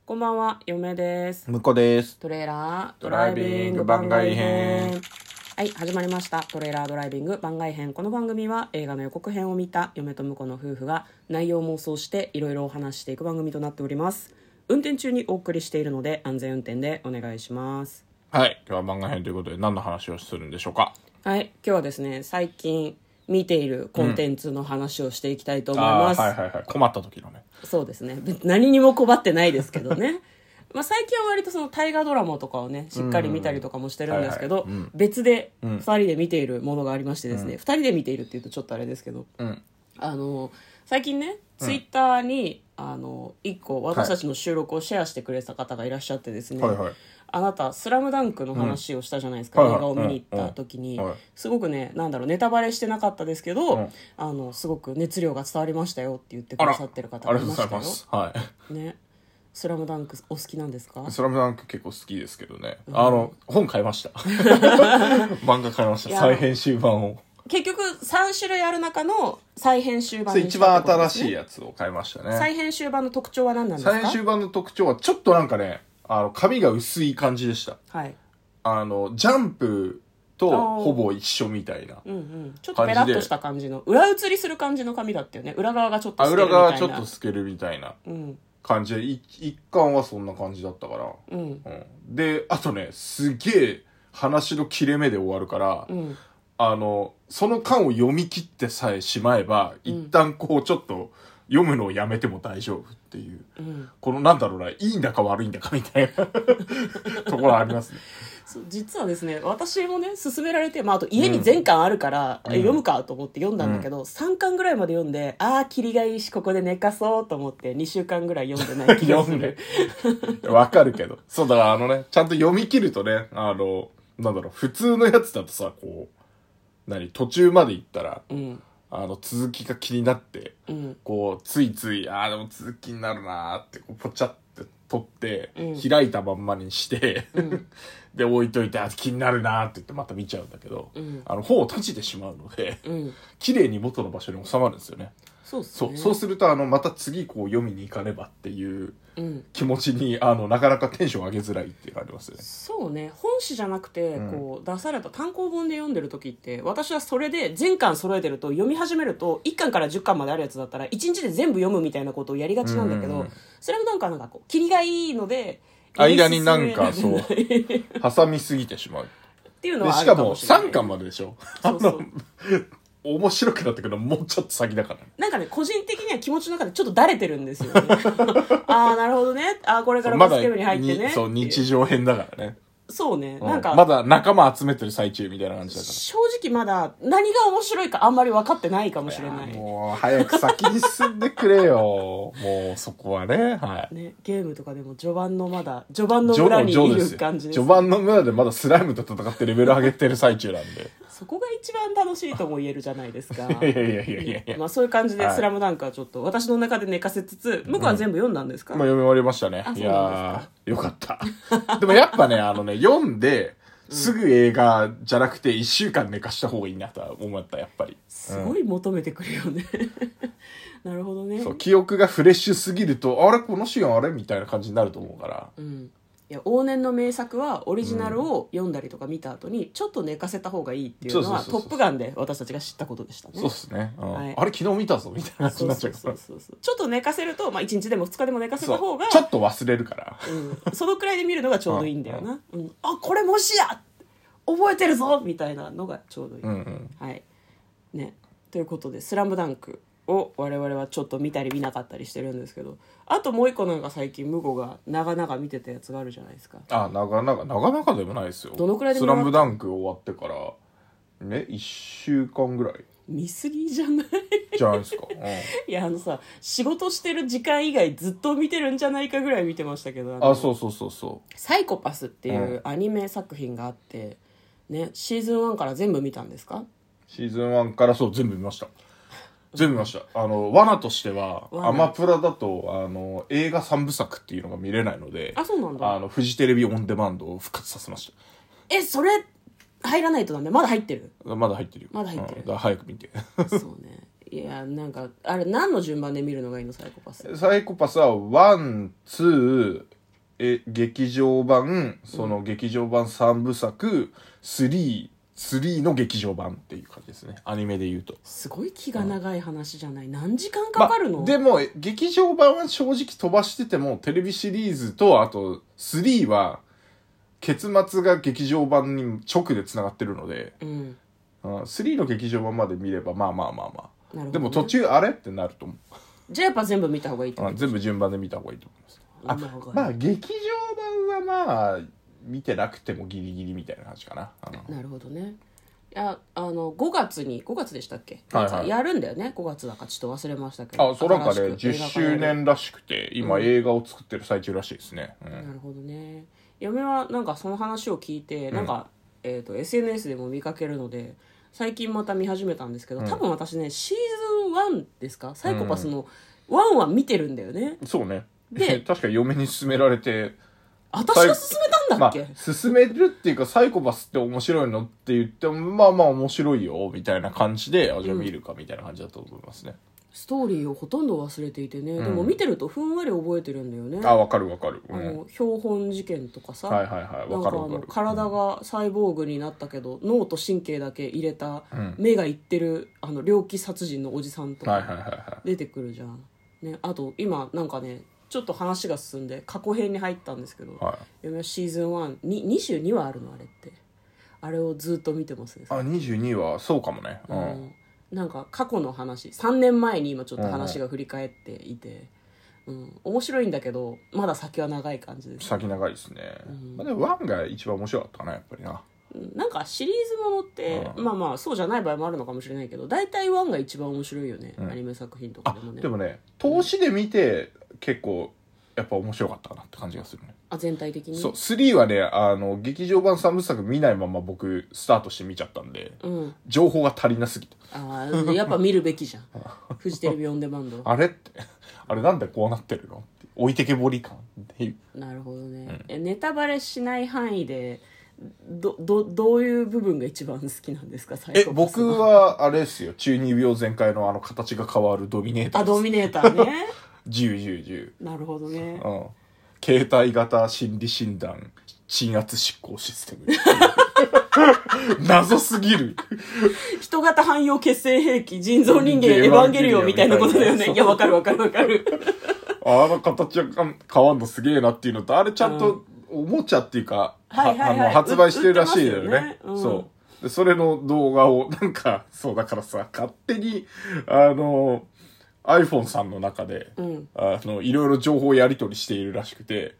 こんばんは、嫁です。 向こうです。 トレーラードドライビング番外編。 はい、始まりました。トレーラードライビング番外編。この番組は映画の予告編を見た嫁と婿の夫婦が内容を妄想していろいろお話していく番組となっております。運転中にお送りしているので安全運転でお願いします。 はい、今日は番外編ということで何の話をするんでしょうか。 はい、今日はですね、最近見ているコンテンツの話をしていきたいと思います。 はいはいはい、困った時のね。 そうですね、何にも困ってないですけどねまあ最近は割とその大河ドラマとかをねしっかり見たりとかもしてるんですけど、別で2人で見ているものがありましてですね、2人で見ているっていうとちょっとあれですけど、最近ねツイッターに1個私たちの収録をシェアしてくれた方がいらっしゃってですね、あなたスラムダンクの話をしたじゃないですか、映画を見に行った時に、すごくねネタバレしてなかったですけど、すごく熱量が伝わりましたよって言ってくださってる方がいましたよ。 ありがとうございます。はいね、スラムダンクお好きなんですか？ スラムダンク結構好きですけどね、本買いました漫画買いました。再編集版を結局3種類ある中の再編集版に一番新しいやつを買いましたね。 再編集版の特徴は何なんですか？ 再編集版の特徴はちょっとなんかね、紙が薄い感じでした。 はい。 ジャンプとほぼ一緒みたいな、 ちょっとペラッとした感じの裏写りする感じの紙だったよね。裏側がちょっと透けるみたいな。 裏側ちょっと透けるみたいな感じで、一巻はそんな感じだったから、であとねすげえ話の切れ目で終わるから、その巻を読み切ってさえしまえば、一旦こうちょっと読むのをやめても大丈夫っていう、このなんだろうな、いいんだか悪いんだかみたいなところありますね。 実はですね、私もね勧められて、あと家に全巻あるから、読むかと思って読んだんだけど、3巻ぐらいまで読んで、キリがいいしここで寝かそうと思って2週間ぐらい読んでない気がする。 わかるけど、そうだからちゃんと読み切るとね、なんだろう、普通のやつだとさ、こう途中まで行ったら、続きが気になって、こうついついでも続きになるなーってこうポチャって取って、開いたまんまにして、で置いといて気になるなーって言ってまた見ちゃうんだけど、本を閉じてしまうので、綺麗に元の場所に収まるんですよね。そうするとまた次こう読みに行かねばっていう気持ちになかなかテンション上げづらいっていうのがありますよね。 そうね、本誌じゃなくて、こう出された単行本で読んでる時って私はそれで全巻揃えてると、読み始めると1巻から10巻まであるやつだったら1日で全部読むみたいなことをやりがちなんだけど、スラムダンクはなんかこう切りがいいので間になんかそう挟みすぎてしまうっていうのはあるかもしれない。 しかも3巻まででしょ。面白くなったけどもうちょっと先だから、 なんかね個人的には気持ちの中でちょっとだれてるんですよねなるほどね、これからバスケ部に入ってね、 そう日常編だからね。 そうね、なんかまだ仲間集めてる最中みたいな感じだから、 正直まだ何が面白いかあんまり分かってないかもしれない。 もう早く先に進んでくれよもうそこはね、 ね、ゲームとかでも序盤の村にいる感じです。 序盤の村でまだスライムと戦ってレベル上げてる最中なんでそこが一番楽しいとも言えるじゃないですか。 いやそういう感じでスラムダンクはちょっと私の中で寝かせつつ、向こうは全部読んだんですか？ 読み終わりましたね。いやーよかったでもやっぱね読んですぐ映画じゃなくて1週間寝かした方がいいなとは思った。やっぱりすごい求めてくるよねなるほどね。 そう、記憶がフレッシュすぎるとあれこのシーンあれみたいな感じになると思うから、 いや往年の名作はオリジナルを読んだりとか見た後にちょっと寝かせた方がいいっていうのはトップガンで私たちが知ったことでしたね。 そうですね、あれ昨日見たぞみたいな感じになっちゃうから、 ちょっと寝かせると、1日でも2日でも寝かせた方がちょっと忘れるから、 そのくらいで見るのがちょうどいいんだよな。これもしや覚えてるぞみたいなのがちょうどいい、はいね。ということでスラムダンクを我々はちょっと見たり見なかったりしてるんですけど、あともう一個なんか最近ムゴが長々見てたやつがあるじゃないですか。 長々でもないですよ。 どのくらいでスラムダンク終わってから1週間ぐらい見すぎじゃないじゃないですか、 いや仕事してる時間以外ずっと見てるんじゃないかぐらい見てましたけど、 そうサイコパスっていうアニメ作品があって、ね、シーズン1から全部見たんですか？ シーズン1から全部見ました。罠としてはアマプラだと映画3部作っていうのが見れないので、 そうなんだ。 フジテレビオンデマンドを復活させました。 それ入らないとダメ？まだ入ってる？ まだ入ってるよ。 まだ入ってる、 だから早く見てそうね。いやあれ何の順番で見るのがいいの？サイコパスはワンツー劇場版、その劇場版3部作、3の劇場版っていう感じですね。アニメで言うと。 すごい気が長い話じゃない。何時間かかるの？ でも、劇場版は正直飛ばしてても、テレビシリーズと、あと、3は、結末が劇場版に直で繋がってるので、3の劇場版まで見れば、まあ。なるほどね。でも途中あれってなると思う。 じゃあやっぱ全部見た方がいいと思う。 全部順番で見た方がいいと思います。まあ、劇場版はまあ、見てなくてもギリギリみたいな感じかな。 なるほどね。いや5月でしたっけ、やるんだよね。5月だかちょっと忘れましたけど。 そうなんかね10周年らしくて今映画を作ってる最中らしいですね。 なるほどね。嫁はなんかその話を聞いて、なんか、SNS でも見かけるので最近また見始めたんですけど、多分私ねシーズン1ですか、サイコパスの1は見てるんだよね。 そうね。で確か嫁に勧められて、 私が勧めたんだっけ？ 勧めるっていうか、サイコパスって面白いのって言っても、まあ面白いよみたいな感じで、じゃあ見るかみたいな感じだと思いますね。 ストーリーをほとんど忘れていてね、でも見てるとふんわり覚えてるんだよね。 わかる。 標本事件とかさ、 わかる。 体がサイボーグになったけど、脳と神経だけ入れた、目がいってる猟奇殺人のおじさんとか出てくるじゃん、ね。あと今なんかねちょっと話が進んで過去編に入ったんですけど、嫁はシーズン1に22話あるの、あれって。あれをずっと見てますね。 22話そうかもね。 なんか過去の話、3年前に今ちょっと話が振り返っていて、面白いんだけどまだ先は長い感じです。 先長いですね。でも1が一番面白かったかな、やっぱりな。 なんかシリーズものって、まあそうじゃない場合もあるのかもしれないけど、大体1が一番面白いよね、アニメ作品とかでもね。 でもね、投資で見て結構やっぱ面白かったかなって感じがするね。 全体的に。 そう、3はね、劇場版3部作見ないまま僕スタートして見ちゃったんで、情報が足りなすぎて。 やっぱ見るべきじゃん。フジテレビオンデマンド。 あれなんでこうなってるのって置いてけぼり感っていう。 なるほどね。ネタバレしない範囲でどういう部分が一番好きなんですか？ 僕はあれですよ、中二病全開の形が変わるドミネーターです。 ドミネーターね。 10。 なるほどね。 携帯型心理診断鎮圧執行システム。謎すぎる。 人型汎用血清兵器、人造人間エヴァンゲリオンみたいなことだよね。いや、わかる。 形が変わんのすげえなっていうのと、あれちゃんとおもちゃっていうか、発売してるらしいだよね。そうで。それの動画を、なんか、そうだからさ、勝手に、iPhone さんの中で、いろいろ情報をやり取りしているらしくて、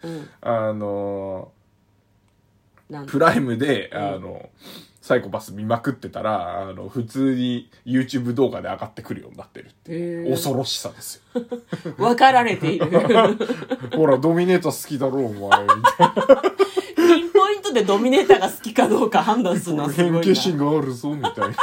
プライムで、サイコパス見まくってたら、普通に YouTube 動画で上がってくるようになってるっていう。恐ろしさですよ。 分かられている。 ほら、ドミネーター好きだろ、お前、みたいな。 ピンポイントでドミネーターが好きかどうか判断するのはすごいな。 偏見心があるぞ、みたいな。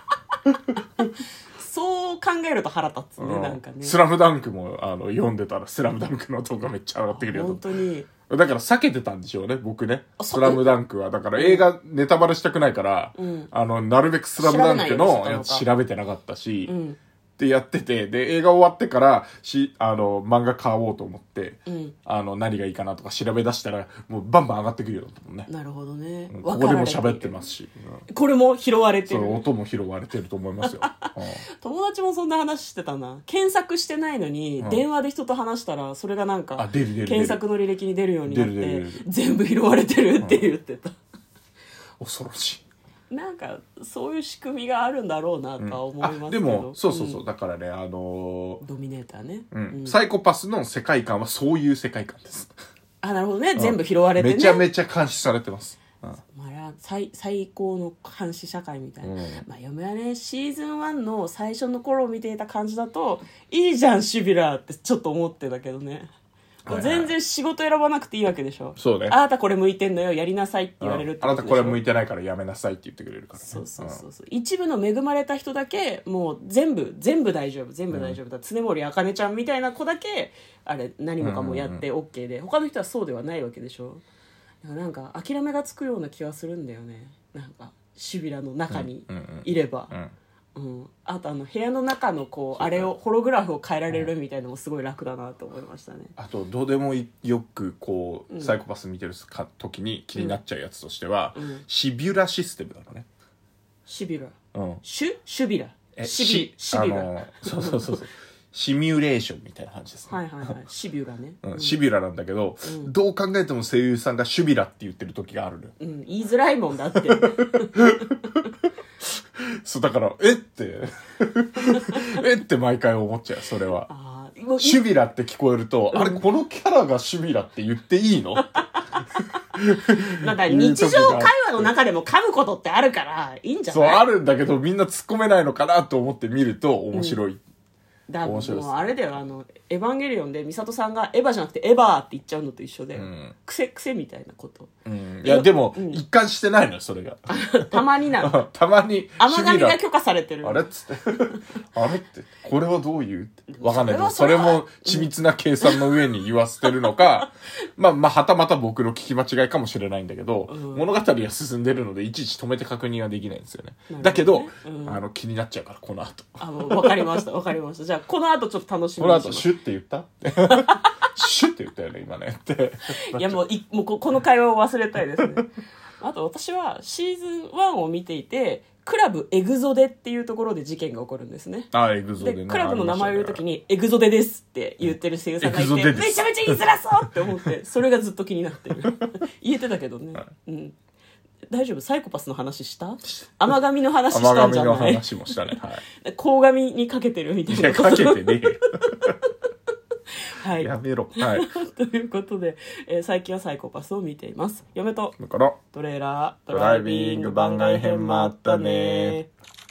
そう考えると腹立つね、なんかね。 スラムダンクも読んでたらスラムダンクの動画めっちゃ上がってくるよ。 本当に。 だから避けてたんでしょうね、僕ね。スラムダンクは。だから映画ネタバレしたくないから、なるべくスラムダンクのやつ調べてなかったし、ってやってて、で、映画終わってから、漫画買おうと思って、何がいいかなとか調べ出したら、もうバンバン上がってくるようだったもんね。 なるほどね。 ここでも喋ってますし。 これも拾われてる。 そう、音も拾われてると思いますよ。 友達もそんな話してたな。検索してないのに、電話で人と話したら、それがなんか、検索の履歴に出るようになって、全部拾われてるって言ってた。 恐ろしい。 なんかそういう仕組みがあるんだろうなとは思いますけど、 でもそうだからね、 ドミネーターね、 サイコパスの世界観はそういう世界観です。 なるほどね、全部拾われてね、 めちゃめちゃ監視されてます。 最高の監視社会みたいな、嫁はねシーズン1の最初の頃見ていた感じだといいじゃんシビラーってちょっと思ってたけどね。全然仕事選ばなくていいわけでしょ。 そうね。 あなたこれ向いてんのよ、やりなさいって言われるってことでしょ。 あなたこれ向いてないからやめなさいって言ってくれるからね。 そう。一部の恵まれた人だけもう全部大丈夫だ。常森茜ちゃんみたいな子だけあれ何もかもやって OK で、他の人はそうではないわけでしょ。なんか諦めがつくような気がするんだよね。なんかシビラの中にいれば。 うん、あと部屋の中のこうあれをホログラフを変えられるみたいなのもすごい楽だなと思いましたね。 あとどうでもよくこう、サイコパス見てる時に気になっちゃうやつとしては、シビュラシステムだろうね。 シビュラ、 シュビラシビュラ、 そうシミュレーションみたいな感じですね。 はいはいはい。シビュラね。 シビュラなんだけど、どう考えても声優さんがシュビラって言ってる時があるのよ。 言いづらいもんだって。 そう、だから、えって毎回思っちゃう、それは。シュビラって聞こえると、あれ、このキャラがシュビラって言っていいのなんか日常会話の中でも噛むことってあるからいいんじゃない？ そう、あるんだけどみんな突っ込めないのかなと思って見ると面白い。 だもうあれだよ、エヴァンゲリオンで美里さんがエヴァじゃなくてエヴァーって言っちゃうのと一緒で、癖みたいなこと、 いやでも、一貫してないのよそれが。 たまになの。 たまに甘噛みが許可されてる。 あれっつってあれってこれはどういうってわかんないけど、それも緻密な計算の上に言わせてるのか、まあはたまた僕の聞き間違いかもしれないんだけど、物語は進んでるのでいちいち止めて確認はできないんですよね。だけど、気になっちゃうからこの後。 もうわかりましたわかりました。じゃあこの後ちょっと楽しみにします。 この後シュッて言ったシュッて言ったよね今ねっていやもうこの会話を忘れたいですね。あと私はシーズン1を見ていて、クラブエグゾデっていうところで事件が起こるんですね。 エグゾデね。 でクラブの名前を言うときにエグゾデですって言ってる声優さんがいて、めちゃめちゃ言いづらそうって思って、それがずっと気になってる。言えてたけどね、大丈夫？サイコパスの話した？甘噛みの話したんじゃない？ 甘噛みの話もしたね。はい。 高噛みにかけてるみたいな。 いや、かけてねえよ。 はい。 やめろ。はい。 ということで、最近はサイコパスを見ています。嫁とだからトレーラードライビング番外編もあったね。